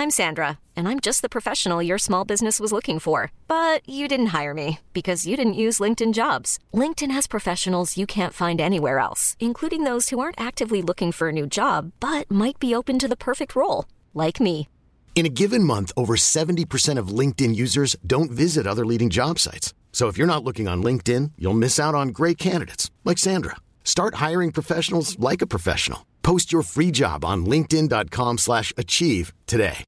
I'm Sandra, and I'm just the professional your small business was looking for. But you didn't hire me because you didn't use LinkedIn Jobs. LinkedIn has professionals you can't find anywhere else, including those who aren't actively looking for a new job, but might be open to the perfect role, like me. In a given month, over 70% of LinkedIn users don't visit other leading job sites. So if you're not looking on LinkedIn, you'll miss out on great candidates like Sandra. Start hiring professionals like a professional. Post your free job on linkedin.com/achieve today.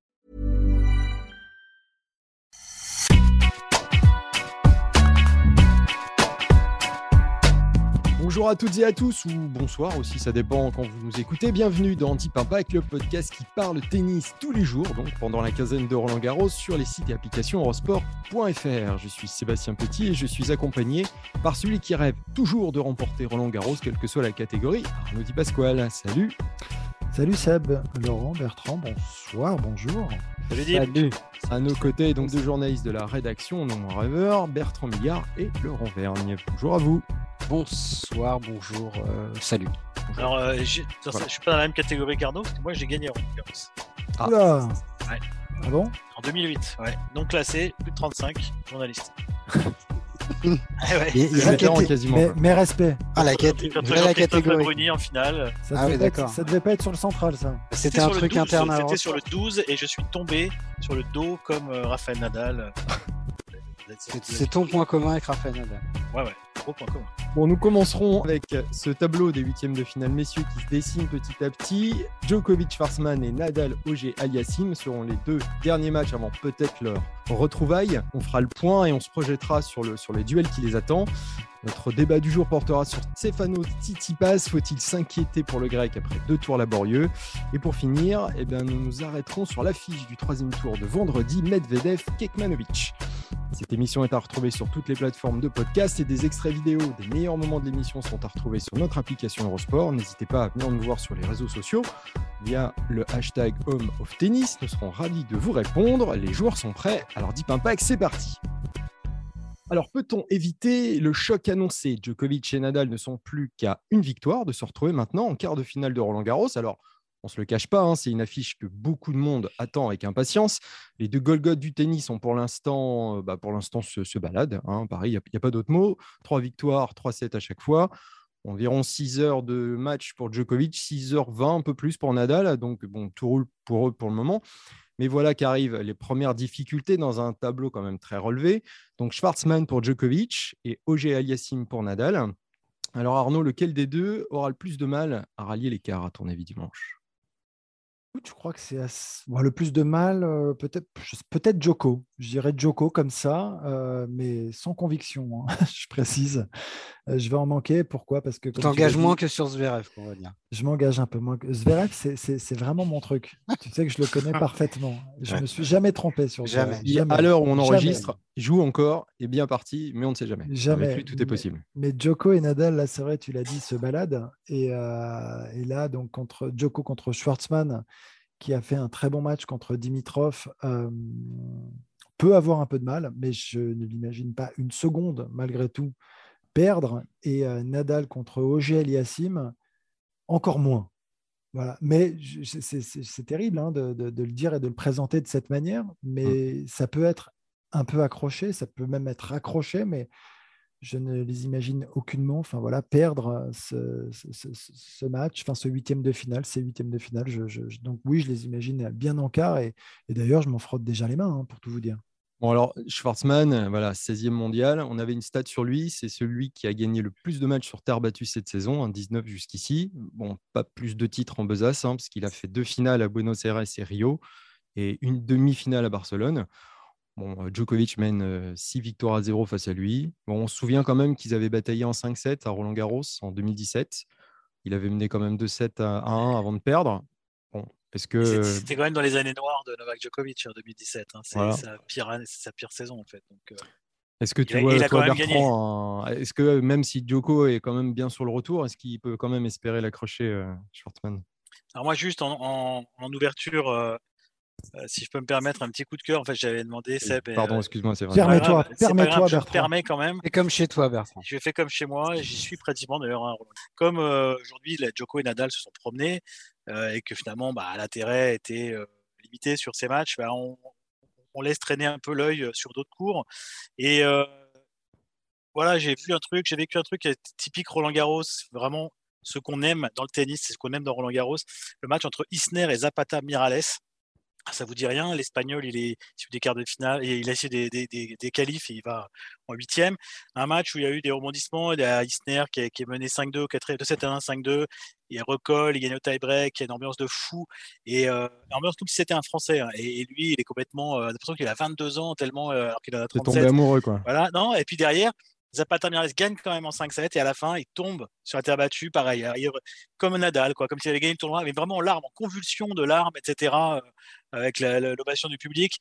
Bonjour à toutes et à tous, ou bonsoir aussi, ça dépend quand vous nous écoutez. Bienvenue dans Deep Impact, le podcast qui parle tennis tous les jours, donc pendant la quinzaine de Roland-Garros, sur les sites et applications Eurosport.fr. Je suis Sébastien Petit et je suis accompagné par celui qui rêve toujours de remporter Roland-Garros, quelle que soit la catégorie, Arnaud Di Pasquale. Salut. Salut Seb, Laurent, Bertrand, bonsoir, bonjour. Salut. À nos côtés, donc deux journalistes de la rédaction, non moins rêveur, Bertrand Millard et Laurent Vergne. Bonjour à vous. Bonsoir, bonjour, salut. Alors, je suis pas dans la même catégorie qu'Arnaud, parce que moi j'ai gagné Roland Garros. Oula. Ouais. Ah bon? En 2008, ouais. Non classé, plus de 35, journaliste. Ouais. Quasiment. Mais respect. Ah, la catégorie. Bruni en finale. Ça devait pas être sur le central, ça. C'était un truc 12, interne à C'était sur le 12 et je suis tombé sur le dos comme Rafael Nadal. C'est ton point commun avec Rafael Nadal. Ouais, gros point commun. Bon, nous commencerons avec ce tableau des huitièmes de finale messieurs qui se dessine petit à petit. Djokovic, Schwartzmann et Nadal, Auger-Aliassime seront les deux derniers matchs avant peut-être leur retrouvailles. On fera le point et on se projettera sur les duels qui les attendent. Notre débat du jour portera sur Stefanos Tsitsipas. Faut-il s'inquiéter pour le grec après 2 tours laborieux? Et pour finir, nous nous arrêterons sur l'affiche du 3e tour de vendredi, Medvedev-Kekmanovic. Cette émission est à retrouver sur toutes les plateformes de podcast et des extraits vidéo des meilleurs moments de l'émission sont à retrouver sur notre application Eurosport. N'hésitez pas à venir nous voir sur les réseaux sociaux via le hashtag Home of Tennis. Nous serons ravis de vous répondre. Les joueurs sont prêts. Alors Deep Impact, c'est parti. Alors, peut-on éviter le choc annoncé? Djokovic et Nadal ne sont plus qu'à une victoire de se retrouver maintenant en quart de finale de Roland-Garros. Alors, on ne se le cache pas, c'est une affiche que beaucoup de monde attend avec impatience. Les deux Golgoths du tennis ont pour l'instant se baladent. Pareil, il n'y a pas d'autre mot. 3 victoires, 3-7 à chaque fois. Environ 6 heures de match pour Djokovic, 6h20 un peu plus pour Nadal. Donc, bon, tout roule pour eux pour le moment. Mais voilà qu'arrivent les premières difficultés dans un tableau quand même très relevé. Donc Schwartzmann pour Djokovic et Auger-Aliassime pour Nadal. Alors Arnaud, lequel des deux aura le plus de mal à rallier l'écart à ton avis dimanche? Je crois que c'est le plus de mal, peut-être Djoko. Je dirais Djoko comme ça, mais sans conviction, je précise. Je vais en manquer. Pourquoi? Parce que tu t'engages moins que sur Zverev, on va dire. Je m'engage un peu moins. Zverev, c'est vraiment mon truc. Tu sais que je le connais parfaitement. Je ne me suis jamais trompé sur Zverev. Jamais. À l'heure où on enregistre, il joue encore, est bien parti, mais on ne sait jamais. Jamais. Avec lui, tout est possible. Mais Djoko et Nadal, là, c'est vrai, tu l'as dit, se baladent. Et là, donc, Djoko contre Schwartzmann, qui a fait un très bon match contre Dimitrov, peut avoir un peu de mal, mais je ne l'imagine pas une seconde, malgré tout, perdre. Et Nadal contre Auger-Aliassime, encore moins. Voilà. Mais c'est terrible de le dire et de le présenter de cette manière, mais ça peut être un peu accroché, ça peut même être accroché, mais je ne les imagine aucunement perdre ce match, ce huitième de finale, ces huitièmes de finale. Donc oui, je les imagine bien en quart et d'ailleurs, je m'en frotte déjà les mains, pour tout vous dire. Bon alors, Schwartzmann, 16e mondial. On avait une stat sur lui, c'est celui qui a gagné le plus de matchs sur terre battue cette saison, 19 jusqu'ici. Bon, pas plus de titres en besace, parce qu'il a fait 2 finales à Buenos Aires et Rio et une demi-finale à Barcelone. Bon, Djokovic mène 6 victoires à 0 face à lui. Bon, on se souvient quand même qu'ils avaient bataillé en 5-7 à Roland-Garros en 2017. Il avait mené quand même 2-7 à 1 avant de perdre. Bon, c'était quand même dans les années noires de Novak Djokovic en 2017. C'est voilà. sa pire saison en fait. Donc, est-ce que tu vois, toi, Bertrand, est-ce que même si Djoko est quand même bien sur le retour, est-ce qu'il peut quand même espérer l'accrocher, Schwartzmann? Alors moi, juste en ouverture, si je peux me permettre un petit coup de cœur, en fait, j'avais demandé Seb. Pardon, excuse-moi, c'est vrai. Permets-toi, Bertrand. Je me permets quand même. Fais comme chez toi, Bertrand. Je fais comme chez moi, j'y suis pratiquement d'ailleurs. Comme aujourd'hui, Djoko et Nadal se sont promenés et que finalement, l'intérêt était limité sur ces matchs, on laisse traîner un peu l'œil sur d'autres cours. Et voilà, j'ai vécu un truc qui est typique Roland Garros, vraiment ce qu'on aime dans le tennis, c'est ce qu'on aime dans Roland Garros, le match entre Isner et Zapata Miralles. Ça vous dit rien, l'Espagnol, il est issu des quarts de finale, et il a essayé des qualifs, et il va en huitième. Un match où il y a eu des rebondissements, il y a Isner qui est mené 5-2, 2-7-1, 5-2, il recolle, il gagne au tie-break, il y a une ambiance de fou, et ambiance comme si c'était un Français, hein. Et lui, il est complètement, l'impression qu'il a 22 ans, tellement, alors qu'il en a T'es tombé 37. amoureux, quoi. Voilà, non, et puis derrière, Zapata Miralles gagne quand même en 5-7 et à la fin, il tombe sur la terre battue, pareil, comme Nadal, quoi, comme s'il avait gagné le tournoi, mais vraiment en larmes, en convulsion de larmes, etc., avec l'ovation du public.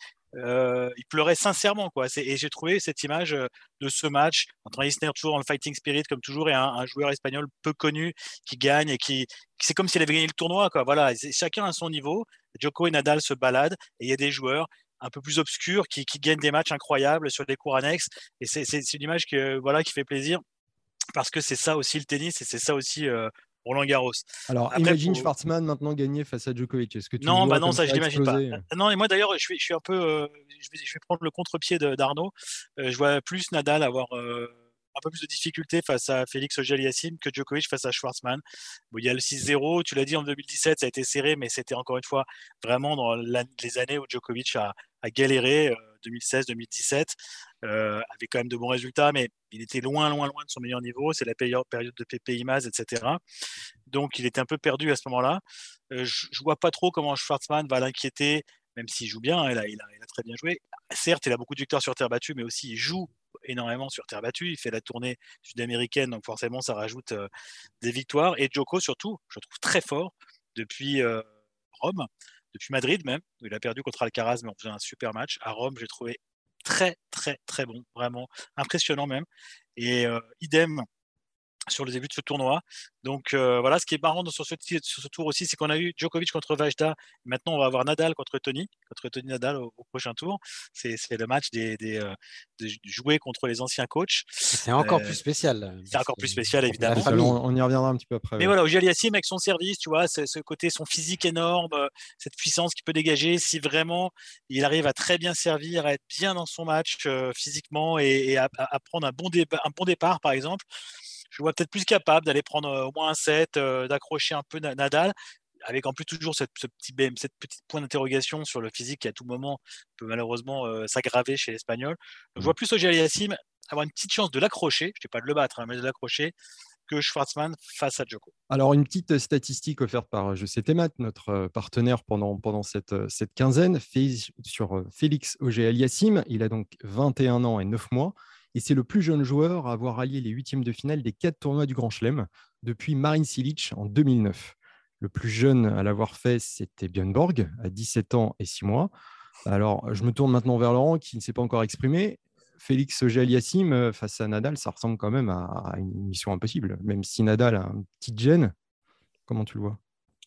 Il pleurait sincèrement, quoi. Et j'ai trouvé cette image de ce match entre un Isner toujours dans le fighting spirit, comme toujours, et un joueur espagnol peu connu qui gagne et c'est comme s'il avait gagné le tournoi, quoi. Voilà, chacun à son niveau. Djoko et Nadal se baladent et il y a des joueurs un peu plus obscurs qui gagnent des matchs incroyables sur des cours annexes. Et c'est une image qui fait plaisir parce que c'est ça aussi le tennis et c'est ça aussi Roland Garros. Alors, Après, imagine Schwartzmann maintenant gagner face à Djokovic. Est-ce que tu le non, vois non, comme ça je l'imagine pas. exploser? Non, et moi d'ailleurs, je suis un peu, je vais prendre le contre-pied d'Arnaud. Je vois plus Nadal avoir un peu plus de difficultés face à Félix Auger-Aliassime que Djokovic face à Schwartzmann. Bon, il y a le 6-0, tu l'as dit, en 2017, ça a été serré, mais c'était encore une fois vraiment dans les années où Djokovic a galéré, 2016-2017, avec quand même de bons résultats, mais il était loin, loin, loin de son meilleur niveau. C'est la période de Pepe Imaz, etc. Donc il était un peu perdu à ce moment-là. Je vois pas trop comment Schwartzmann va l'inquiéter, même s'il joue bien, hein, il a très bien joué. Certes, il a beaucoup de victoires sur terre battue, mais aussi il joue énormément sur terre battue. Il fait la tournée sud-américaine, donc forcément ça rajoute des victoires. Et Djoko surtout, je le trouve très fort depuis Rome, depuis Madrid même, où il a perdu contre Alcaraz, mais on faisait un super match. À Rome, j'ai trouvé très très très bon, vraiment impressionnant même. Et idem sur le début de ce tournoi. Donc voilà, ce qui est marrant sur ce tour aussi, c'est qu'on a eu Djokovic contre Vajda. Maintenant, on va avoir Nadal contre Tony Nadal au prochain tour. C'est le match de jouer contre les anciens coachs. C'est encore plus spécial. C'est encore plus spécial, évidemment. On y reviendra un petit peu après. Mais voilà, Auger-Aliassime avec son service, tu vois, ce côté, son physique énorme, cette puissance qu'il peut dégager, si vraiment il arrive à très bien servir, à être bien dans son match physiquement et à prendre un bon départ, par exemple, je le vois peut-être plus capable d'aller prendre au moins un set, d'accrocher un peu Nadal, avec en plus toujours cette petite point d'interrogation sur le physique qui à tout moment peut malheureusement s'aggraver chez l'Espagnol. Donc, je vois plus Auger-Aliassime avoir une petite chance de l'accrocher, je ne dis pas de le battre, hein, mais de l'accrocher, que Schwartzmann face à Djoko. Alors, une petite statistique offerte par Je sais tes maths, notre partenaire pendant cette quinzaine, sur Félix Auger-Aliassime. Il a donc 21 ans et 9 mois. Et c'est le plus jeune joueur à avoir allié les huitièmes de finale des 4 tournois du Grand Chelem depuis Marin Cilic en 2009. Le plus jeune à l'avoir fait, c'était Björn Borg, à 17 ans et 6 mois. Alors, je me tourne maintenant vers Laurent, qui ne s'est pas encore exprimé. Félix Auger-Aliassime face à Nadal, ça ressemble quand même à une mission impossible, même si Nadal a un petit gêne. Comment tu le vois?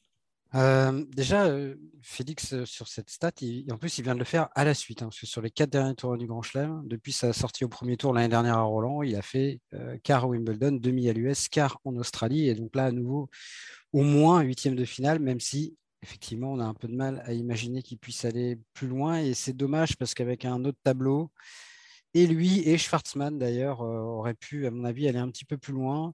Déjà, Félix, sur cette stat, en plus, il vient de le faire à la suite, hein, parce que sur les 4 derniers tours du Grand Chelem, depuis sa sortie au premier tour l'année dernière à Roland, il a fait quart à Wimbledon, demi à l'US, quart en Australie, et donc là, à nouveau, au moins huitième de finale, même si, effectivement, on a un peu de mal à imaginer qu'il puisse aller plus loin, et c'est dommage parce qu'avec un autre tableau, et lui et Schwartzmann, d'ailleurs, auraient pu, à mon avis, aller un petit peu plus loin.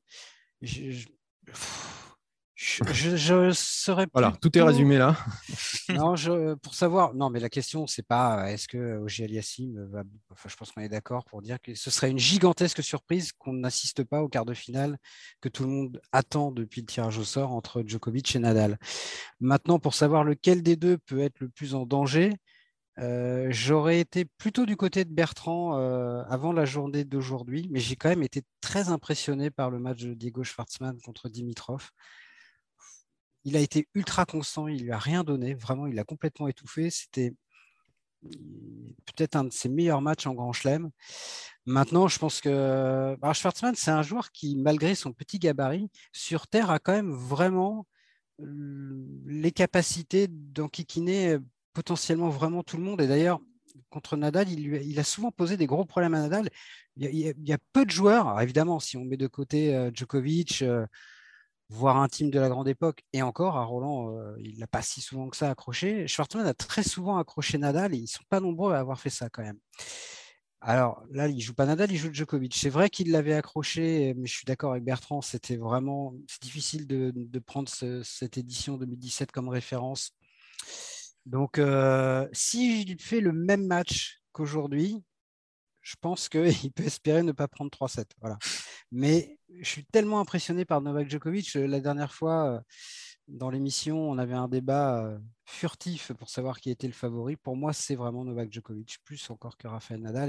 Je serais Voilà, plutôt... tout est résumé là. Non, pour savoir, non, mais la question, c'est pas est-ce que Auger-Aliassime va. Enfin, je pense qu'on est d'accord pour dire que ce serait une gigantesque surprise qu'on n'assiste pas au quart de finale que tout le monde attend depuis le tirage au sort entre Djokovic et Nadal. Maintenant, pour savoir lequel des deux peut être le plus en danger, j'aurais été plutôt du côté de Bertrand avant la journée d'aujourd'hui, mais j'ai quand même été très impressionné par le match de Diego Schwartzmann contre Dimitrov. Il a été ultra constant, il lui a rien donné, vraiment, il l'a complètement étouffé. C'était peut-être un de ses meilleurs matchs en Grand Chelem. Maintenant, je pense que Schwartzmann, c'est un joueur qui, malgré son petit gabarit, sur terre a quand même vraiment les capacités d'enquiquiner potentiellement vraiment tout le monde. Et d'ailleurs, contre Nadal, il a souvent posé des gros problèmes à Nadal. Il y a peu de joueurs, alors évidemment, si on met de côté Djokovic, voire intime de la grande époque. Et encore, à Roland, il n'a pas si souvent que ça accroché. Schwartzmann a très souvent accroché Nadal et ils ne sont pas nombreux à avoir fait ça quand même. Alors là, il ne joue pas Nadal, il joue Djokovic. C'est vrai qu'il l'avait accroché, mais je suis d'accord avec Bertrand, c'est difficile de prendre cette édition 2017 comme référence. Donc, s'il fait le même match qu'aujourd'hui, je pense qu'il peut espérer ne pas prendre 3-7. Voilà. Mais je suis tellement impressionné par Novak Djokovic. La dernière fois, dans l'émission, on avait un débat furtif pour savoir qui était le favori. Pour moi, c'est vraiment Novak Djokovic, plus encore que Rafael Nadal.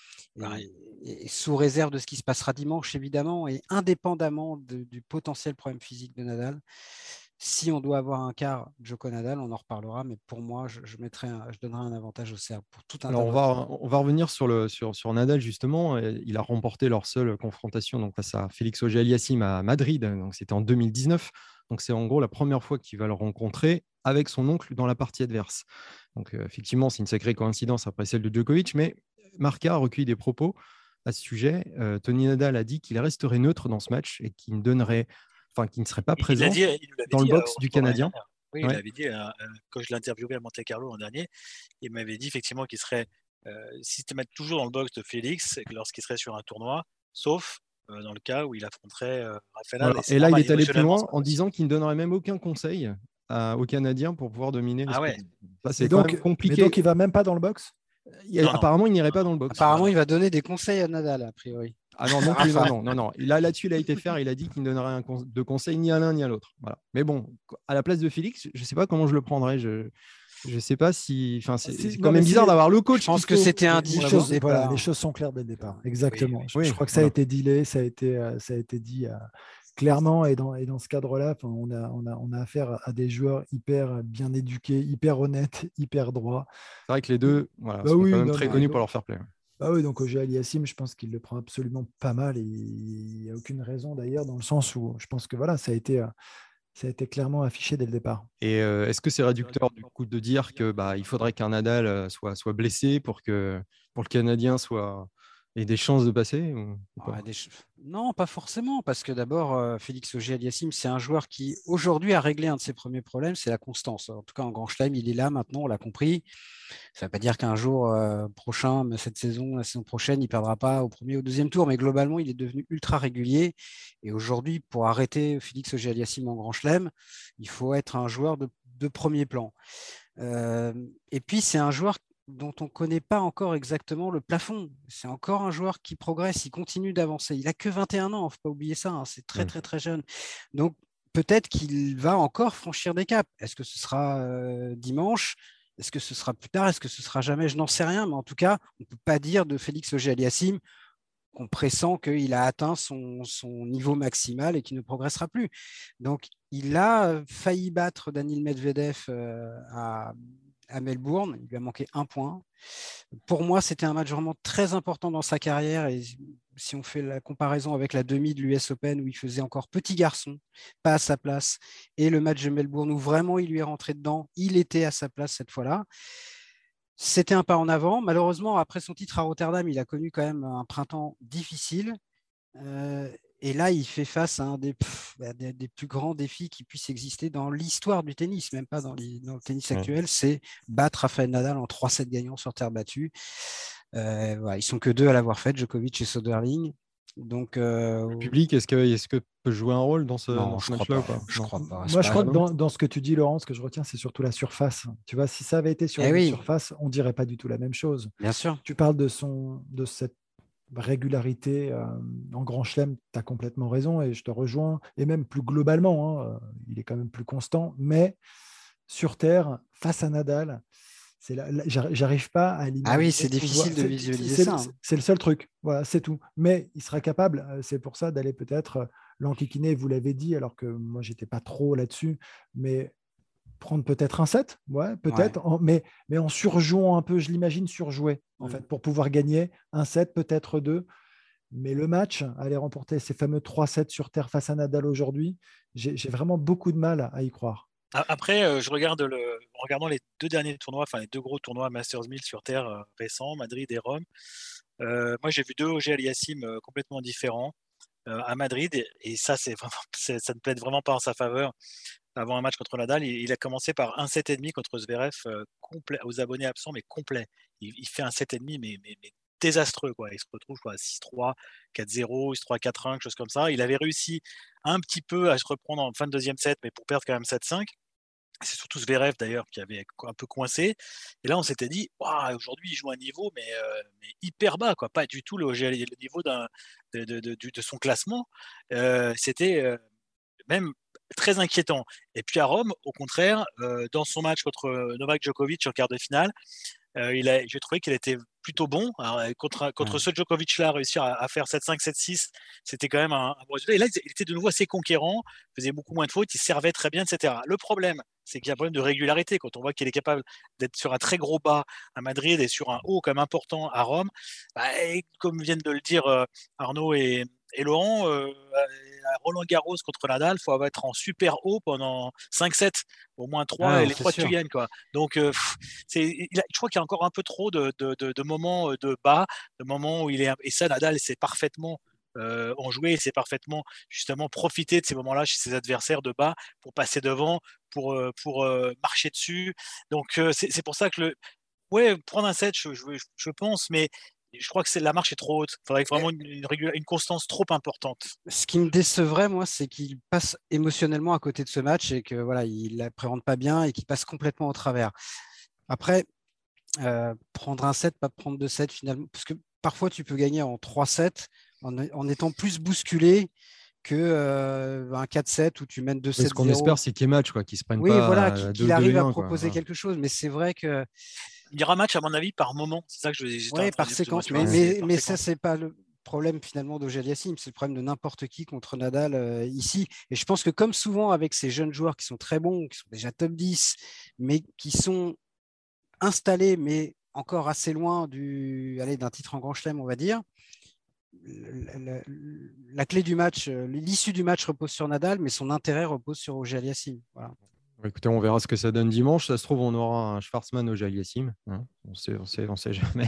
Et sous réserve de ce qui se passera dimanche, évidemment, et indépendamment du potentiel problème physique de Nadal. Si on doit avoir un quart Djoko-Nadal, on en reparlera, mais pour moi, je donnerai un avantage aux Serbes pour tout un tas de raisons. On va revenir sur Nadal, justement. Il a remporté leur seule confrontation donc, face à Félix Auger-Aliassime à Madrid. Donc, c'était en 2019. Donc, c'est en gros la première fois qu'il va le rencontrer avec son oncle dans la partie adverse. Donc, effectivement, c'est une sacrée coïncidence après celle de Djokovic, mais Marca a recueilli des propos à ce sujet. Tony Nadal a dit qu'il resterait neutre dans ce match et qu'il ne serait pas présent dans le box du Canadien. Oui, il avait dit, quand je l'ai interviewé à Monte Carlo l'an dernier, il m'avait dit effectivement qu'il serait systématiquement toujours dans le box de Félix lorsqu'il serait sur un tournoi, sauf dans le cas où il affronterait Rafael Nadal. Et là, il est allé plus loin en disant qu'il ne donnerait même aucun conseil aux Canadiens pour pouvoir dominer. Ça, c'est quand même compliqué. Mais donc, il ne va même pas dans le box? Apparemment, il n'irait pas dans le box. Apparemment, il va donner des conseils à Nadal, a priori. Ah non, non plus, non. Là-dessus, il a été faire. Il a dit qu'il ne donnerait de conseil ni à l'un ni à l'autre. Voilà. Mais bon, à la place de Félix, je ne sais pas comment je le prendrais. Je ne sais pas si. C'est quand même bizarre d'avoir le coach. Je pense que c'était un dit. Voilà, les choses sont claires dès le départ. Exactement. Oui, je crois que ça a été dealé, ça a été dit clairement. Et dans ce cadre-là, on a affaire à des joueurs hyper bien éduqués, hyper honnêtes, hyper droits. C'est vrai que les deux sont quand même très connus pour leur fair play. Ah oui, donc Auger-Aliassime, je pense qu'il le prend absolument pas mal et il n'y a aucune raison d'ailleurs, dans le sens où je pense que voilà, ça a été clairement affiché dès le départ. Et est-ce que c'est réducteur du coup de dire que il faudrait qu'un Nadal soit blessé pour le Canadien ait des chances de passer ou pas? Non, pas forcément, parce que d'abord, Félix Auger-Aliassime, c'est un joueur qui aujourd'hui a réglé un de ses premiers problèmes, c'est la constance. En tout cas, en Grand Chelem, il est là maintenant, on l'a compris. Ça ne veut pas dire qu'un jour prochain, mais cette saison, la saison prochaine, il ne perdra pas au premier ou au deuxième tour, mais globalement, il est devenu ultra régulier. Et aujourd'hui, pour arrêter Félix Auger-Aliassime en Grand Chelem, il faut être un joueur de premier plan. Et puis, c'est un joueur dont on ne connaît pas encore exactement le plafond. C'est encore un joueur qui progresse, il continue d'avancer. Il n'a que 21 ans, il ne faut pas oublier ça, c'est très, très, très jeune. Donc, peut-être qu'il va encore franchir des caps. Est-ce que ce sera dimanche ? Est-ce que ce sera plus tard ? Est-ce que ce sera jamais ? Je n'en sais rien, mais en tout cas, on ne peut pas dire de Félix Auger-Aliassime qu'on pressent qu'il a atteint son niveau maximal et qu'il ne progressera plus. Donc, il a failli battre Daniil Medvedev à Melbourne. Il lui a manqué 1 point. Pour moi, c'était un match vraiment très important dans sa carrière. Et si on fait la comparaison avec la demi de l'US Open où il faisait encore petit garçon, pas à sa place, et le match de Melbourne où vraiment il lui est rentré dedans, il était à sa place cette fois-là. C'était un pas en avant. Malheureusement, après son titre à Rotterdam, il a connu quand même un printemps difficile. Et là, il fait face à un des plus grands défis qui puissent exister dans l'histoire du tennis, même pas dans le tennis actuel, c'est battre Rafael Nadal en 3-7 gagnants sur terre battue. Ils sont que 2 à l'avoir fait, Djokovic et Soderling. Donc, le public, est-ce que peut jouer un rôle dans ce match-là ou pas? Je crois pas. Moi, je crois que dans ce que tu dis, Laurent, ce que je retiens, c'est surtout la surface. Tu vois, si ça avait été sur une surface, on dirait pas du tout la même chose. Bien sûr. Tu parles de cette régularité en Grand Chelem, tu as complètement raison et je te rejoins. Et même plus globalement, il est quand même plus constant. Mais sur terre, face à Nadal, j'arrive pas à l'imaginer. Ah oui, c'est difficile de visualiser ça. C'est le seul truc, voilà, c'est tout. Mais il sera capable, c'est pour ça, d'aller peut-être l'enquiquiner, vous l'avez dit, alors que moi, j'étais pas trop là-dessus, mais prendre peut-être un set, peut-être, mais en surjouant un peu, je l'imagine surjouer, en fait, pour pouvoir gagner un set, peut-être 2. Mais le match, aller remporter ces fameux 3-7 sur terre face à Nadal aujourd'hui, j'ai vraiment beaucoup de mal à y croire. Après, je regarde en regardant les 2 derniers tournois, enfin les 2 gros tournois Masters 1000 sur terre récents, Madrid et Rome. Moi, j'ai vu 2 Auger-Aliassime complètement différents. à Madrid, et ça, ça ne plaide vraiment pas en sa faveur. Avant un match contre Nadal, il a commencé par un 7,5 contre Zverev, complet, aux abonnés absents, mais complet. Il fait un 7,5, mais désastreux, quoi. Il se retrouve à 6-3, 4-0, 6-3, 4-1, quelque chose comme ça. Il avait réussi un petit peu à se reprendre en fin de deuxième set, mais pour perdre quand même 7-5. C'est surtout Zverev d'ailleurs qui avait un peu coincé. Et là, on s'était dit, aujourd'hui, il joue à un niveau mais hyper bas, quoi. Pas du tout le niveau de son classement. C'était même très inquiétant. Et puis à Rome, au contraire, dans son match contre Novak Djokovic en quart de finale, j'ai trouvé qu'il était plutôt bon. Alors, contre ce Djokovic-là, réussir à faire 7-5, 7-6, c'était quand même un bon résultat. Et là, il était de nouveau assez conquérant, faisait beaucoup moins de fautes, il servait très bien, etc. Le problème, c'est qu'il y a un problème de régularité. Quand on voit qu'il est capable d'être sur un très gros bas à Madrid et sur un haut quand même important à Rome, comme viennent de le dire Arnaud et Laurent, à Roland-Garros contre Nadal, il faut être en super haut pendant 5-7, au moins 3, et les 3 tu gagnes, quoi. Donc, je crois qu'il y a encore un peu trop de moments de bas, de moments où il est. Et ça, Nadal sait parfaitement en jouer, il sait parfaitement justement profiter de ces moments-là chez ses adversaires de bas pour passer devant, pour marcher dessus. Donc, c'est pour ça que prendre un set, je pense, mais je crois que la marche est trop haute. Il faudrait vraiment une constance trop importante. Ce qui me décevrait, moi, c'est qu'il passe émotionnellement à côté de ce match et que voilà, il l'appréhende pas bien et qu'il passe complètement au travers. Après, prendre un set, pas prendre 2 sets finalement, parce que parfois tu peux gagner en 3 sets en étant plus bousculé que un 4-7 où tu mènes 2-7. Ce qu'on espère, c'est qu'il y ait match, quoi, qu'il se prenne oui, pas. Voilà, qu'il arrive à 2-1, proposer quelque chose. Mais c'est vrai que il y aura match, à mon avis, par moment. C'est ça que je dis. Oui, par séquence. Mais ça, c'est pas le problème finalement d'Auger-Aliassime, c'est le problème de n'importe qui contre Nadal ici. Et je pense que comme souvent avec ces jeunes joueurs qui sont très bons, qui sont déjà top 10, mais qui sont installés, mais encore assez loin d'un titre en Grand Chelem, on va dire, la clé du match, l'issue du match repose sur Nadal, mais son intérêt repose sur Auger-Aliassime. Voilà. Écoutez, on verra ce que ça donne dimanche. Ça se trouve, on aura un Schwartzmann Auger-Aliassime. Hein, on sait jamais.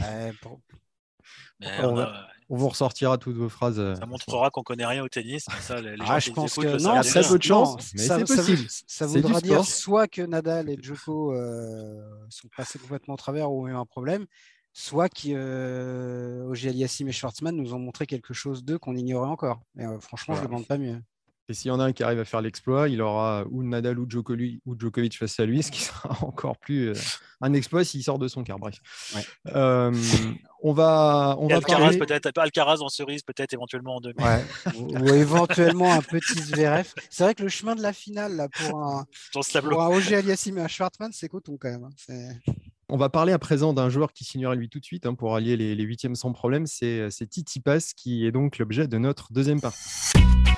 On vous ressortira toutes vos phrases. Ça montrera qu'on connaît rien au tennis. Ça, les gens je pense que non, ça a peu de chance, mais c'est possible. Ça voudra dire soit que Nadal et Djoko sont passés complètement au travers ou ont eu un problème, soit qu'Auger-Aliassime et Schwartzmann nous ont montré quelque chose d'eux qu'on ignorait encore. Et, franchement, je ne demande pas mieux. Et s'il y en a un qui arrive à faire l'exploit, il aura ou Nadal ou Djokovic face à lui, ce qui sera encore plus un exploit s'il sort de son quart. Bref. Ouais. On va Alcaraz, parler... peut-être Alcaraz en cerise, peut-être éventuellement en demi. Ouais. ou éventuellement un petit Zverev. C'est vrai que le chemin de la finale là, pour un Auger-Aliassime et un Schwartzmann, c'est coton quand même. On va parler à présent d'un joueur qui signera lui tout de suite pour allier les huitièmes sans problème. C'est Tsitsipas qui est donc l'objet de notre deuxième partie.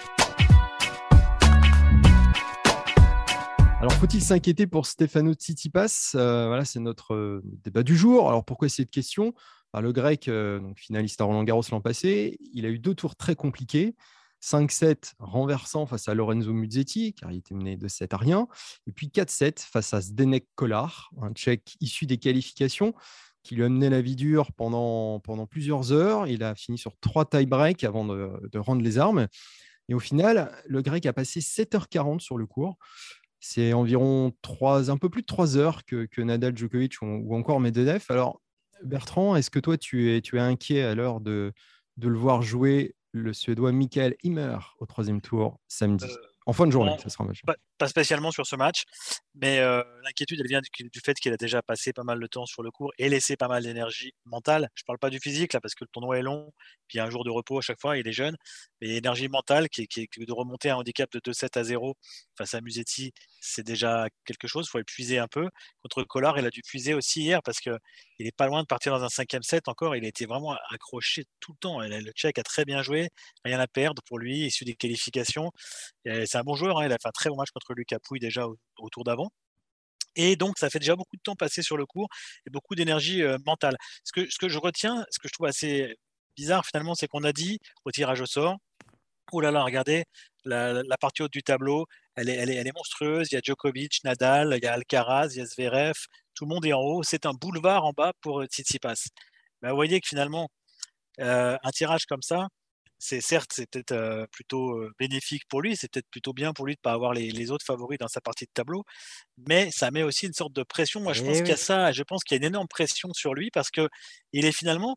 Alors, faut-il s'inquiéter pour Stefanos Tsitsipas ? Voilà, c'est notre débat du jour. Alors, pourquoi cette question ? Le Grec, donc finaliste à Roland-Garros l'an passé, il a eu 2 tours très compliqués. 5-7 renversant face à Lorenzo Musetti, car il était mené 2-7 à rien. Et puis 4-7 face à Zdeněk Kolar, un Tchèque issu des qualifications, qui lui a mené la vie dure pendant plusieurs heures. Il a fini sur 3 tie-breaks avant de rendre les armes. Et au final, le Grec a passé 7h40 sur le court. C'est environ un peu plus de 3 heures que Nadal, Djokovic ou encore Medvedev. Alors, Bertrand, est-ce que toi, tu es inquiet à l'heure de le voir jouer le Suédois Mikael Ymer au 3e tour samedi ? En fin de journée, ça sera un match. Pas spécialement sur ce match, mais l'inquiétude, elle vient du fait qu'il a déjà passé pas mal de temps sur le court et laissé pas mal d'énergie mentale. Je ne parle pas du physique, là, parce que le tournoi est long, puis il y a un jour de repos à chaque fois, il est jeune, mais l'énergie mentale, qui est de remonter à un handicap de 2-7-0 face à Musetti, c'est déjà quelque chose, il faut épuiser un peu. Contre Kolar, il a dû puiser aussi hier, parce qu'il n'est pas loin de partir dans un 5e set encore, il a été vraiment accroché tout le temps. Le Tchèque a très bien joué, rien à perdre pour lui, issu des qualifications. C'est un bon joueur, hein, il a fait un très bon match contre Lucas Pouille déjà au tour d'avant. Et donc, ça fait déjà beaucoup de temps passé sur le court et beaucoup d'énergie mentale. Ce que je retiens, ce que je trouve assez bizarre finalement, c'est qu'on a dit au tirage au sort, oh là là, regardez, la partie haute du tableau, elle est monstrueuse. Il y a Djokovic, Nadal, il y a Alcaraz, il y a Zverev, tout le monde est en haut. C'est un boulevard en bas pour Tsitsipas. Vous voyez que finalement, un tirage comme ça, certes, c'est peut-être plutôt bénéfique pour lui, c'est peut-être plutôt bien pour lui de ne pas avoir les autres favoris dans sa partie de tableau, mais ça met aussi une sorte de pression. Moi, je pense Eh qu'il y a oui. ça, je pense qu'il y a une énorme pression sur lui parce que il est finalement,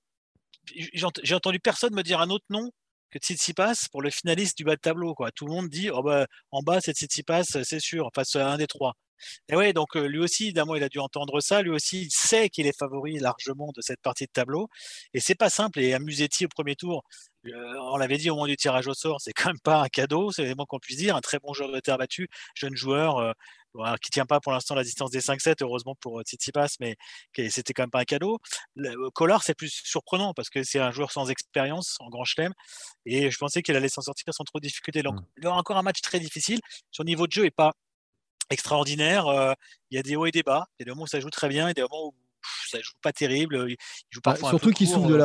j'ai entendu personne me dire un autre nom que Tsitsipas pour le finaliste du bas de tableau, quoi. Tout le monde dit: «Oh bah, en bas, c'est Tsitsipas, c'est sûr, enfin, c'est un des 3». Et ouais, donc lui aussi, évidemment, il a dû entendre ça. Lui aussi, il sait qu'il est favori largement de cette partie de tableau. Et c'est pas simple. Et à Musetti au premier tour, on l'avait dit au moment du tirage au sort, c'est quand même pas un cadeau, c'est le moins qu'on puisse dire. Un très bon joueur de terre battue, jeune joueur, voilà, qui tient pas pour l'instant la distance des 5-7, heureusement pour Tsitsipas, mais c'était quand même pas un cadeau. Collard, c'est plus surprenant parce que c'est un joueur sans expérience en Grand Chelem. Et je pensais qu'il allait s'en sortir sans trop de difficultés. Donc, il y aura encore un match très difficile. Son niveau de jeu est pas extraordinaire. Il y a des hauts et des bas. Il y a des moments où ça joue très bien et des moments où ça joue pas terrible. Il joue parfois un peu Surtout qu'il souffre court.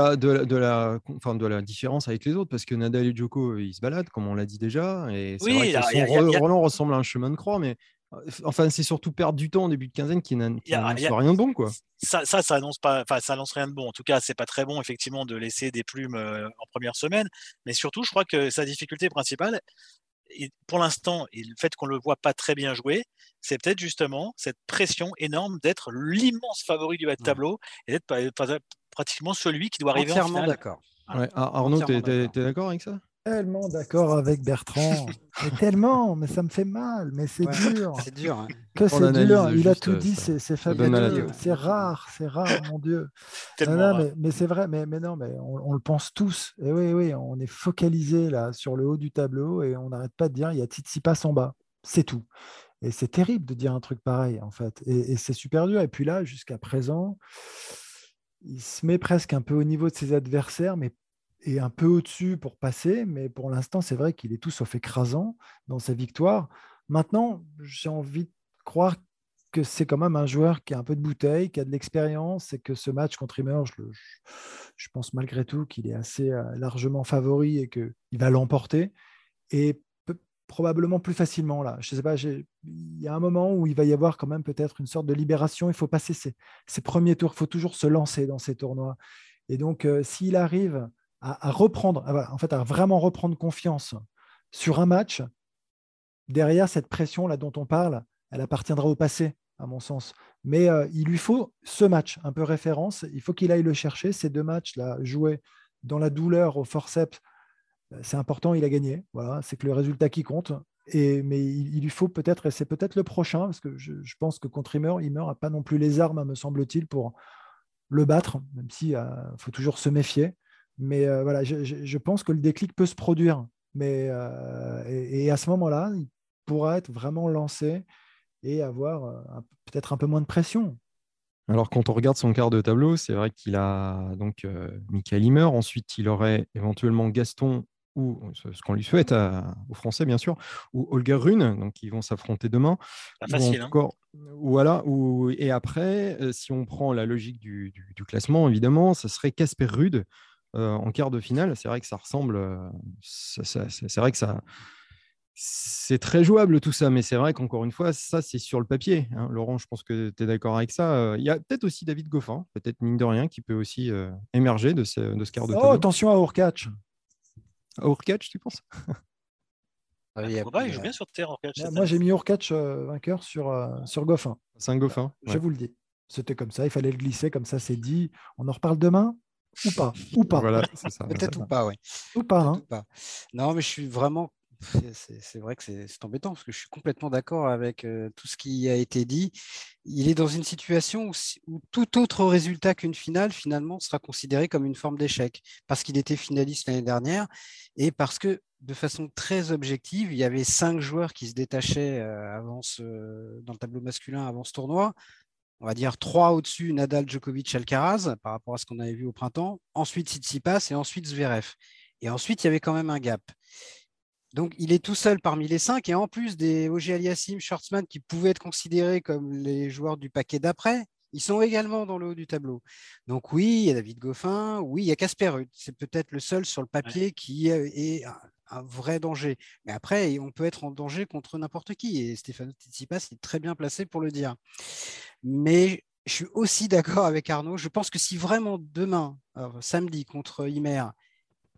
de la différence avec les autres, parce que Nadal et Djoko, ils se baladent, comme on l'a dit déjà. Et c'est vrai Oui, que son Roland ressemble à un chemin de croix, mais enfin, c'est surtout perdre du temps en début de quinzaine qui n'annonce rien de bon, quoi. Ça annonce pas, enfin, ça annonce rien de bon. En tout cas, c'est pas très bon, effectivement, de laisser des plumes en première semaine. Mais surtout, je crois que sa difficulté principale, et pour l'instant, et le fait qu'on le voit pas très bien jouer, c'est peut-être justement cette pression énorme d'être l'immense favori du bas de tableau et d'être pratiquement celui qui doit arriver en Entièrement finale. d'accord. Voilà. Ouais. Arnaud, Entièrement t'es d'accord. d'accord avec ça? Tellement d'accord avec Bertrand. Mais tellement, mais ça me fait mal, mais c'est Ouais, dur. c'est dur. Hein. Que On c'est dur. analyse Il a juste tout dit, ça. c'est Ça donne mal à la fabuleux. tête. C'est rare, mon Dieu. Tellement rare. Mais c'est vrai, mais non, mais on le pense tous. Et oui, on est focalisé là sur le haut du tableau et on n'arrête pas de dire il y a Tsitsipas en bas. C'est tout. Et c'est terrible de dire un truc pareil, en fait. Et c'est super dur. Et puis là, jusqu'à présent, il se met presque un peu au niveau de ses adversaires, mais et un peu au-dessus pour passer. Mais pour l'instant, c'est vrai qu'il est tout sauf écrasant dans sa victoire. Maintenant, j'ai envie de croire que c'est quand même un joueur qui a un peu de bouteille, qui a de l'expérience, et que ce match contre Immer, je pense malgré tout qu'il est assez largement favori et qu'il va l'emporter. Et probablement plus facilement là. Je sais pas, il y a un moment où il va y avoir quand même peut-être une sorte de libération. Il faut passer ces premiers tours. Il faut toujours se lancer dans ces tournois. Et donc, s'il arrive à reprendre, en fait, à vraiment reprendre confiance sur un match, derrière cette pression là dont on parle, elle appartiendra au passé, à mon sens. Mais il lui faut ce match, un peu référence. Il faut qu'il aille le chercher. Ces deux matchs là, joués dans la douleur au forceps, c'est important, il a gagné. Voilà, c'est que le résultat qui compte. Mais il lui faut peut-être, et c'est peut-être le prochain, parce que je pense que contre Immer n'a pas non plus les armes, me semble-t-il, pour le battre, même s'il faut toujours se méfier. Mais voilà, je pense que le déclic peut se produire. Mais, et à ce moment-là, il pourra être vraiment lancé et avoir peut-être un peu moins de pression. Alors, quand on regarde son quart de tableau, c'est vrai qu'il a donc Michael Himmer. Ensuite, il aurait éventuellement Gaston, ou ce qu'on lui souhaite aux Français, bien sûr, ou Holger Rune, donc ils vont s'affronter demain. Pas Ou facile, hein. encore, voilà. Et après, si on prend la logique du classement, évidemment, ce serait Casper Ruud en quart de finale. C'est vrai que ça ressemble. C'est vrai que ça. C'est très jouable tout ça, mais c'est vrai qu'encore une fois, ça c'est sur le papier. Hein. Laurent, je pense que tu es d'accord avec ça. Il y a peut-être aussi David Goffin, peut-être mine de rien, qui peut aussi émerger de ce quart de Oh, tableau. attention à Hurkacz. Hurkacz, tu penses? Il joue bien sur terre en catch. Moi, j'ai mis Hurkacz vainqueur sur Goffin. C'est un Goffin. Je Ouais. vous le dis. C'était comme ça, il fallait le glisser, comme ça c'est dit. On en reparle demain ou pas? Ou pas. Voilà, c'est ça. Peut-être ou pas, oui. Ou pas. Peut-être Hein. ou pas. Non, mais je suis vraiment. C'est vrai que c'est embêtant parce que je suis complètement d'accord avec tout ce qui a été dit. Il est dans une situation où tout autre résultat qu'une finale, finalement, sera considéré comme une forme d'échec parce qu'il était finaliste l'année dernière et parce que, de façon très objective, il y avait 5 joueurs qui se détachaient dans le tableau masculin avant ce tournoi. On va dire 3 au-dessus, Nadal, Djokovic, Alcaraz, par rapport à ce qu'on avait vu au printemps. Ensuite, Tsitsipas et ensuite Zverev. Et ensuite, il y avait quand même un gap. Donc, il est tout seul parmi les 5. Et en plus des Auger Aliassime, Schwartzmann, qui pouvaient être considérés comme les joueurs du paquet d'après, ils sont également dans le haut du tableau. Donc, oui, il y a David Goffin. Oui, il y a Casper Ruud. C'est peut-être le seul sur le papier qui est un vrai danger. Mais après, on peut être en danger contre n'importe qui. Et Stefano Tsitsipas est très bien placé pour le dire. Mais je suis aussi d'accord avec Arnaud. Je pense que si vraiment demain, samedi contre Ymer,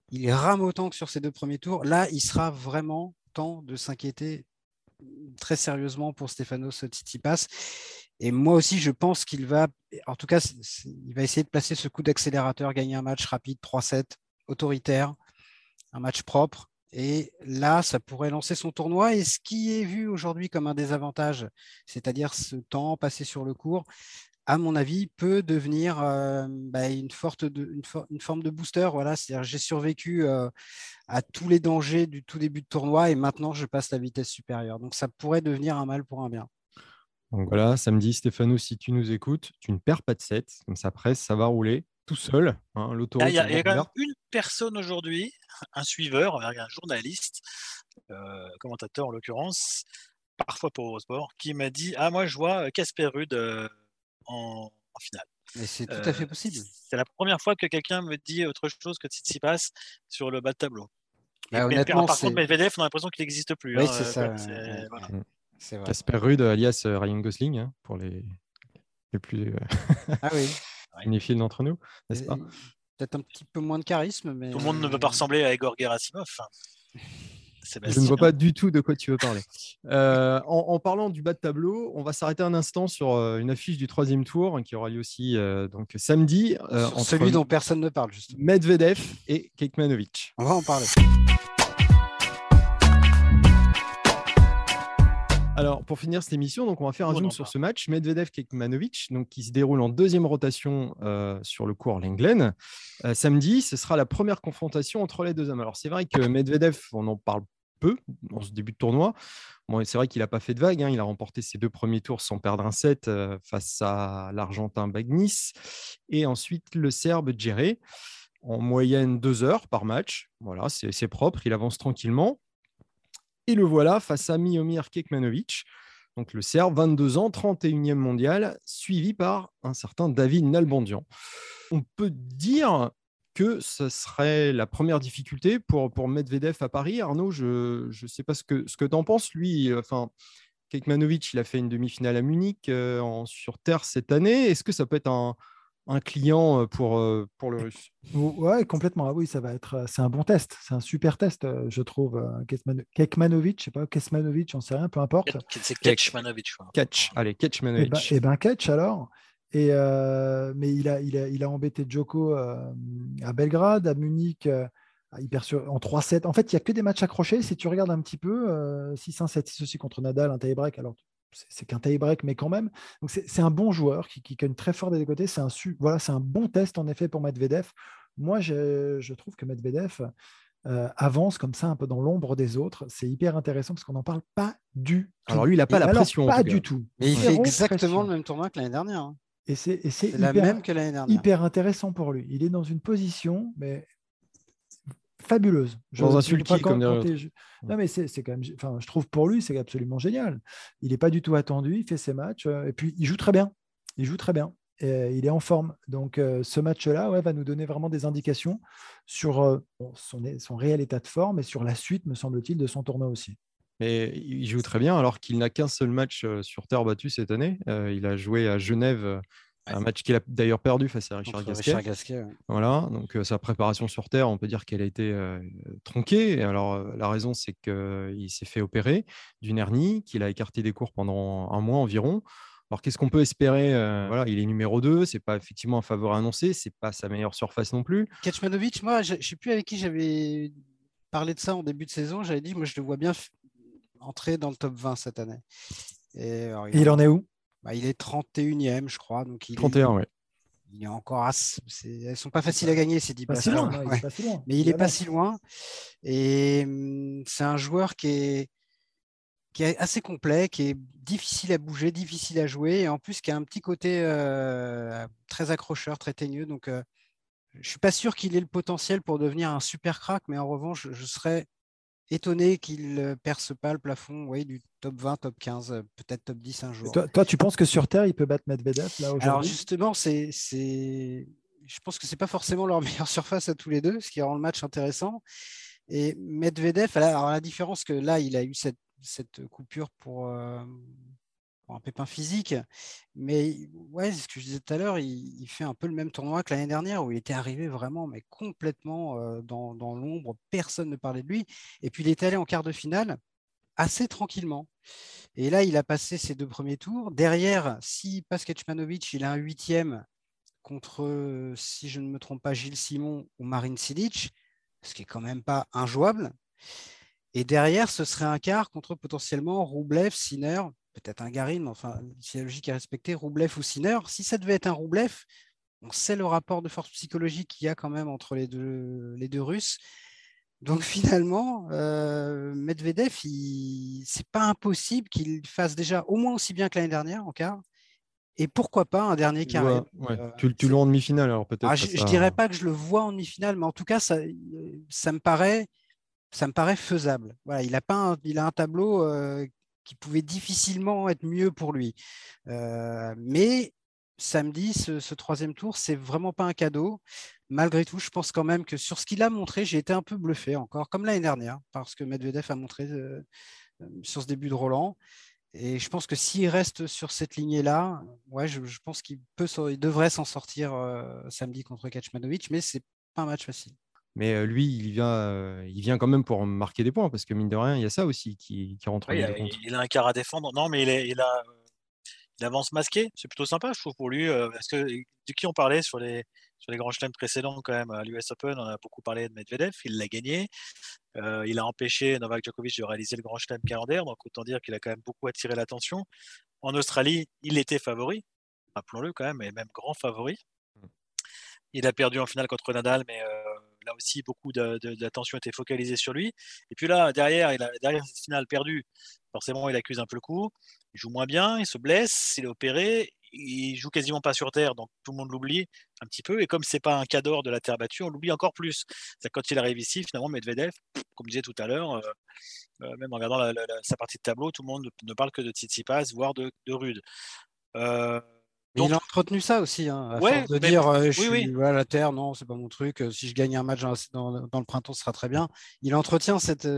il rame autant que sur ses 2 premiers tours. Là, il sera vraiment temps de s'inquiéter très sérieusement pour Stefanos Tsitsipas. Et moi aussi, je pense qu'il va, en tout cas, il va essayer de placer ce coup d'accélérateur, gagner un match rapide, 3-7, autoritaire, un match propre. Et là, ça pourrait lancer son tournoi. Et ce qui est vu aujourd'hui comme un désavantage, c'est-à-dire ce temps passé sur le court, à mon avis, peut devenir une forme de booster. Voilà, c'est-à-dire j'ai survécu à tous les dangers du tout début de tournoi et maintenant je passe la vitesse supérieure. Donc ça pourrait devenir un mal pour un bien. Donc voilà, samedi, Stéphano, si tu nous écoutes, tu ne perds pas de set. Comme ça, après, ça va rouler tout seul. Hein, l'autoroute. Il y a quand même une personne aujourd'hui, un suiveur, un journaliste, commentateur en l'occurrence, parfois pour Eurosport, qui m'a dit « Ah, moi, je vois Casper Ruud en finale. » Mais c'est tout à fait possible. C'est la première fois que quelqu'un me dit autre chose que Tsitsipas sur le bas de tableau. Honnêtement, par contre, Medvedev, on a l'impression qu'il n'existe plus. Oui, hein, c'est ça. Voilà. Casper Ruud, alias Ryan Gosling, hein, pour les plus cinéphiles d'entre nous, n'est-ce pas? Peut-être un petit peu moins de charisme, mais... Tout le monde ne veut pas ressembler à Igor Gerasimov. Je ne vois pas du tout de quoi tu veux parler. En parlant du bas de tableau, on va s'arrêter un instant sur une affiche du 3e tour qui aura lieu aussi donc samedi. Entre celui dont personne ne parle, justement. Medvedev et Kekmanovic. On va en parler. Alors, pour finir cette émission, donc on va faire un zoom sur ce match. Medvedev-Kekmanovic, donc qui se déroule en 2e rotation sur le court Lenglen. Samedi, ce sera la première confrontation entre les deux hommes. Alors, c'est vrai que Medvedev, on en parle peu en ce début de tournoi. Bon, c'est vrai qu'il n'a pas fait de vague. Hein. Il a remporté ses 2 premiers tours sans perdre un set face à l'Argentin Bagnis et ensuite le Serbe Djere. En moyenne 2 heures par match. Voilà, c'est propre. Il avance tranquillement. Et le voilà face à Miomir Kekmanovic, donc le Serbe, 22 ans, 31e mondial, suivi par un certain David Nalbandian. On peut dire que ce serait la première difficulté pour Medvedev à Paris. Arnaud, je ne sais pas ce que tu en penses. Lui, Kekmanovic, il a fait une demi-finale à Munich sur terre cette année. Est-ce que ça peut être un client pour le Russe? Ouais, complètement. Ah oui, c'est un bon test. C'est un super test, je trouve. Kekmanovic, je sais pas, Kesmanovic, j'en sais rien, peu importe. C'est Kecmanovic. Allez, Kecmanovic. Eh ben, Ketch alors. Mais il a embêté Djoko à Belgrade, à Munich, en 3-7. En fait, il n'y a que des matchs accrochés. Si tu regardes un petit peu, 6-1, 7-6 aussi contre Nadal, un tie-break. Alors, c'est qu'un tie-break, mais quand même. Donc, c'est un bon joueur qui cogne très fort des deux côtés. C'est un bon test, en effet, pour Medvedev. Moi, je trouve que Medvedev avance comme ça, un peu dans l'ombre des autres. C'est hyper intéressant parce qu'on n'en parle pas du tout. Alors, lui, il n'a pas la pression. Pas du tout. Mais il fait exactement le même tournoi que l'année dernière. Hein. Et c'est la même que l'année dernière. Hyper intéressant pour lui. Il est dans une position fabuleuse. Dans un sulky, comme Non, mais c'est quand même. Enfin, je trouve pour lui, c'est absolument génial. Il n'est pas du tout attendu. Il fait ses matchs et puis il joue très bien. Il est en forme. Donc, ce match-là va nous donner vraiment des indications sur son réel état de forme et sur la suite, me semble-t-il, de son tournoi aussi. Mais il joue très bien alors qu'il n'a qu'un seul match sur terre battue cette année. Il a joué à Genève, un match qu'il a d'ailleurs perdu face à Richard Gasquet. Voilà, donc sa préparation sur terre, on peut dire qu'elle a été tronquée. Alors la raison, c'est qu'il s'est fait opérer d'une hernie, qu'il a écarté des cours pendant un mois environ. Alors qu'est-ce qu'on peut espérer? Voilà, il est numéro 2, c'est pas effectivement un favori annoncé, c'est pas sa meilleure surface non plus. Kecmanovic, moi, je ne sais plus avec qui j'avais parlé de ça en début de saison. J'avais dit, moi, je le vois bien entrer dans le top 20 cette année. Et il en est où? Il est 31e, je crois. Donc 31, oui. Il est encore elles ne sont pas faciles à gagner, ces 10 places. Mais il n'est pas si loin. Et c'est un joueur qui est assez complet, qui est difficile à bouger, difficile à jouer, et en plus qui a un petit côté très accrocheur, très teigneux. Donc, je ne suis pas sûr qu'il ait le potentiel pour devenir un super crack, mais en revanche, je serais étonné qu'il ne perce pas le plafond du top 20, top 15, peut-être top 10 un jour. Toi, tu penses que sur Terre, il peut battre Medvedev là aujourd'hui? Alors justement, je pense que ce n'est pas forcément leur meilleure surface à tous les deux, ce qui rend le match intéressant. Et Medvedev, alors la différence que là, il a eu cette coupure pour pour un pépin physique. Mais ouais, c'est ce que je disais tout à l'heure, il fait un peu le même tournoi que l'année dernière où il était arrivé vraiment mais complètement dans l'ombre, personne ne parlait de lui. Et puis il est allé en quart de finale assez tranquillement. Et là, il a passé ses 2 premiers tours. Derrière, si passe Kecmanovic, il a un 8e contre, si je ne me trompe pas, Gilles Simon ou Marin Cilic, ce qui est quand même pas injouable. Et derrière, ce serait un quart contre potentiellement Roublev, Sinner, peut-être un Garin, mais enfin, si la logique est respectée, Roublev ou Sinner. Si ça devait être un Roublev, on sait le rapport de force psychologique qu'il y a quand même entre les deux Russes. Donc finalement, Medvedev, c'est pas impossible qu'il fasse déjà au moins aussi bien que l'année dernière en quart. Et pourquoi pas un dernier carré. Tu le vois en demi-finale, alors peut-être. Je ne dirais pas que je le vois en demi-finale, mais en tout cas, ça me paraît faisable. Voilà, il a un tableau qui pouvait difficilement être mieux pour lui. Mais samedi, ce 3e tour, c'est vraiment pas un cadeau. Malgré tout, je pense quand même que sur ce qu'il a montré, j'ai été un peu bluffé encore, comme l'année dernière, parce que Medvedev a montré sur ce début de Roland. Et je pense que s'il reste sur cette lignée-là, ouais, je pense il devrait s'en sortir samedi contre Kecmanovic, mais c'est pas un match facile. Mais lui, il vient quand même pour marquer des points, parce que mine de rien, il y a ça aussi qui rentre en ligne de compte. Il a un quart à défendre. Non, mais il avance masqué. C'est plutôt sympa, je trouve, pour lui. Parce que de qui on parlait sur les grands chelems précédents, quand même, à l'US Open, on a beaucoup parlé de Medvedev. Il l'a gagné. Il a empêché Novak Djokovic de réaliser le grand chelem calendaire. Donc, autant dire qu'il a quand même beaucoup attiré l'attention. En Australie, il était favori. Rappelons-le quand même, et même grand favori. Il a perdu en finale contre Nadal, mais là aussi, beaucoup d'attention était focalisée sur lui. Et puis là, derrière cette finale perdue, forcément, il accuse un peu le coup. Il joue moins bien, il se blesse, il est opéré, il joue quasiment pas sur terre, donc tout le monde l'oublie un petit peu. Et comme c'est pas un cador de la terre battue, on l'oublie encore plus. Quand il arrive ici, finalement, Medvedev, comme je disais tout à l'heure, même en regardant sa partie de tableau, tout le monde ne parle que de Tsitsipas, voire de Rude. Mais il a entretenu ça aussi, hein, à ouais, force de dire oui. Voilà, la terre, non, c'est pas mon truc. Si je gagne un match dans le printemps, ce sera très bien. Il entretient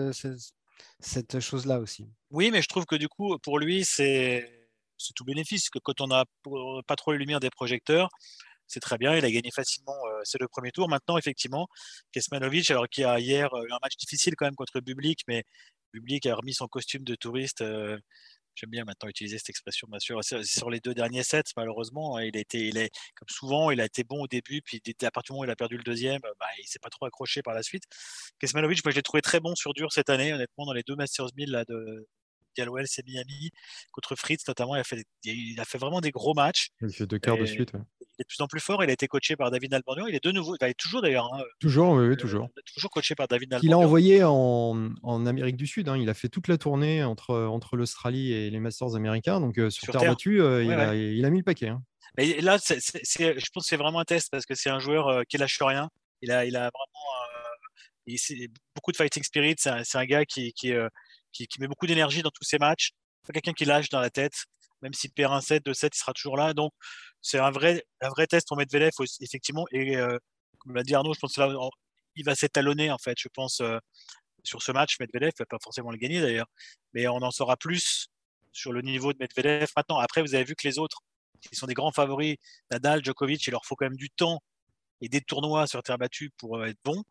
cette chose-là aussi. Oui, mais je trouve que du coup, pour lui, c'est tout bénéfice. Que quand on n'a pas trop les lumières des projecteurs, c'est très bien. Il a gagné facilement ses 2 premiers tours. Maintenant, effectivement, Kecmanovic, alors qu'il y a hier eu un match difficile quand même contre Bublik, mais Bublik a remis son costume de touriste. J'aime bien maintenant utiliser cette expression, bien sûr. Sur les 2 derniers sets, malheureusement, comme souvent, il a été bon au début, puis à partir du moment où il a perdu le deuxième, il ne s'est pas trop accroché par la suite. Kecmanovic, moi, je l'ai trouvé très bon sur dur cette année, honnêtement, dans les 2 Masters 1000 là, de Galway et Miami, contre Fritz notamment. Il a fait vraiment des gros matchs. Il fait 2 quarts de suite. Ouais. Il est de plus en plus fort. Il a été coaché par David Nalbandian. Il est toujours d'ailleurs. Hein, toujours, oui, toujours. Toujours coaché par David Qu'il a Nalbandian. envoyé en Amérique du Sud. Hein. Il a fait toute la tournée entre l'Australie et les Masters américains. Donc sur terre battue, il a mis le paquet. Hein. Mais là, je pense que c'est vraiment un test parce que c'est un joueur qui lâche rien. Il a vraiment beaucoup de fighting spirit. C'est un gars qui met beaucoup d'énergie dans tous ses matchs. Pas quelqu'un qui lâche dans la tête. Même s'il perd un set, 2 sets, il sera toujours là. Donc, c'est un vrai test pour Medvedev, effectivement. Et comme l'a dit Arnaud, je pense que là, il va s'étalonner, en fait, je pense, sur ce match. Medvedev ne va pas forcément le gagner, d'ailleurs. Mais on en saura plus sur le niveau de Medvedev maintenant. Après, vous avez vu que les autres, qui sont des grands favoris, Nadal, Djokovic, il leur faut quand même du temps et des tournois sur terre battue pour être bons.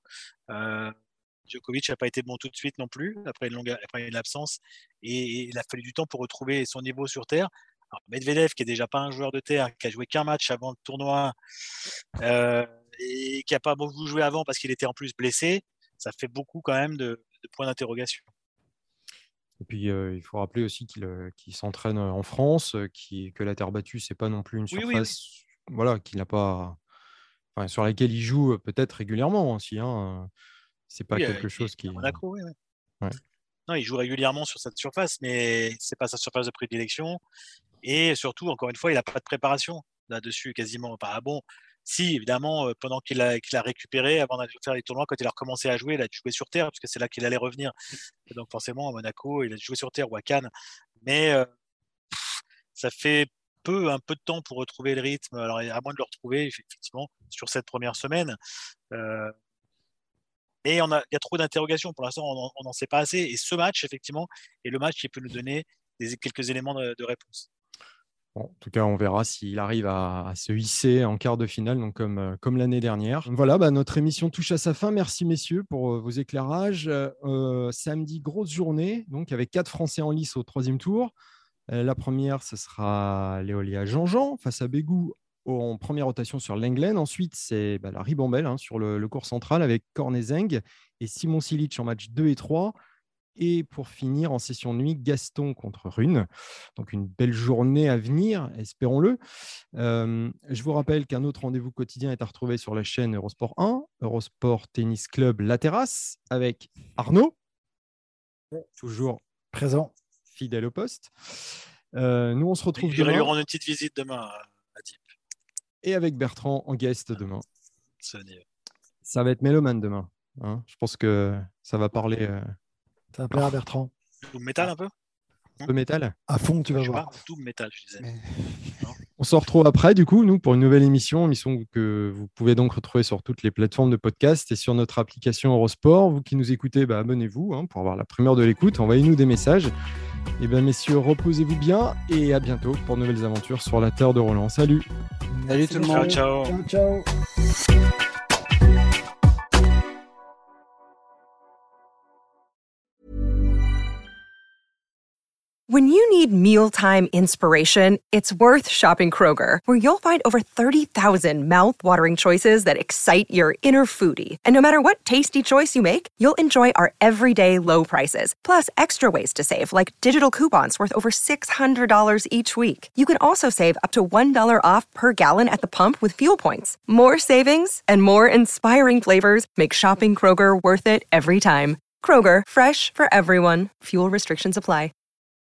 Djokovic n'a pas été bon tout de suite non plus, après une absence, et il a fallu du temps pour retrouver son niveau sur terre. Alors, Medvedev, qui est déjà pas un joueur de terre, qui a joué qu'un match avant le tournoi, et qui n'a pas beaucoup joué avant parce qu'il était en plus blessé, ça fait beaucoup quand même de points d'interrogation. Et puis, il faut rappeler aussi qu'il s'entraîne en France, que la terre battue, c'est pas non plus une surface voilà, qu'il n'a pas, sur laquelle il joue peut-être régulièrement aussi. Hein. C'est pas quelque chose qui. Monaco, oui. Ouais. Non, il joue régulièrement sur cette surface, mais c'est pas sa surface de prédilection. Et surtout, encore une fois, il n'a pas de préparation là-dessus quasiment. Bon, si, évidemment, pendant qu'il a récupéré, avant de faire les tournois, quand il a recommencé à jouer, il a joué sur terre, parce que c'est là qu'il allait revenir. Et donc forcément, à Monaco, il a joué sur terre ou à Cannes. Mais ça fait un peu de temps pour retrouver le rythme. Alors, à moins de le retrouver, effectivement, sur cette première semaine. Mais il y a trop d'interrogations. Pour l'instant, on n'en sait pas assez. Et ce match, effectivement, est le match qui peut nous donner quelques éléments de réponse. Bon, en tout cas, on verra s'il arrive à se hisser en quart de finale, donc comme l'année dernière. Voilà, notre émission touche à sa fin. Merci, messieurs, pour vos éclairages. Samedi, grosse journée, donc avec 4 Français en lice au 3e tour. La première, ce sera Léolia Jean-Jean face à Bégou en première rotation sur l'Englen. Ensuite, c'est la ribambelle sur le court central avec Kornezeng et Simon Silic en match 2 et 3. Et pour finir, en session de nuit, Gaston contre Rune. Donc une belle journée à venir, espérons-le. Je vous rappelle qu'un autre rendez-vous quotidien est à retrouver sur la chaîne Eurosport 1, Eurosport Tennis Club La Terrasse, avec Arnaud, toujours présent, fidèle au poste. Nous, on se retrouve demain. Je vais lui rendre une petite visite demain à Deep. Et avec Bertrand en guest demain. Ça va être mélomane demain. Je pense que ça va parler... Ça va plaire à Bertrand. Doom Metal un peu. Un peu métal. À fond, tu vas voir. Doom Metal, je disais. On se retrouve après, du coup, nous, pour une nouvelle émission que vous pouvez donc retrouver sur toutes les plateformes de podcast et sur notre application Eurosport. Vous qui nous écoutez, abonnez-vous pour avoir la primeur de l'écoute. Envoyez-nous des messages. Et messieurs, reposez-vous bien et à bientôt pour de nouvelles aventures sur la terre de Roland. Salut. Salut tout le monde. Ciao. Ciao. When you need mealtime inspiration, it's worth shopping Kroger, where you'll find over 30,000 mouth-watering choices that excite your inner foodie. And no matter what tasty choice you make, you'll enjoy our everyday low prices, plus extra ways to save, like digital coupons worth over $600 each week. You can also save up to $1 off per gallon at the pump with fuel points. More savings and more inspiring flavors make shopping Kroger worth it every time. Kroger, fresh for everyone. Fuel restrictions apply.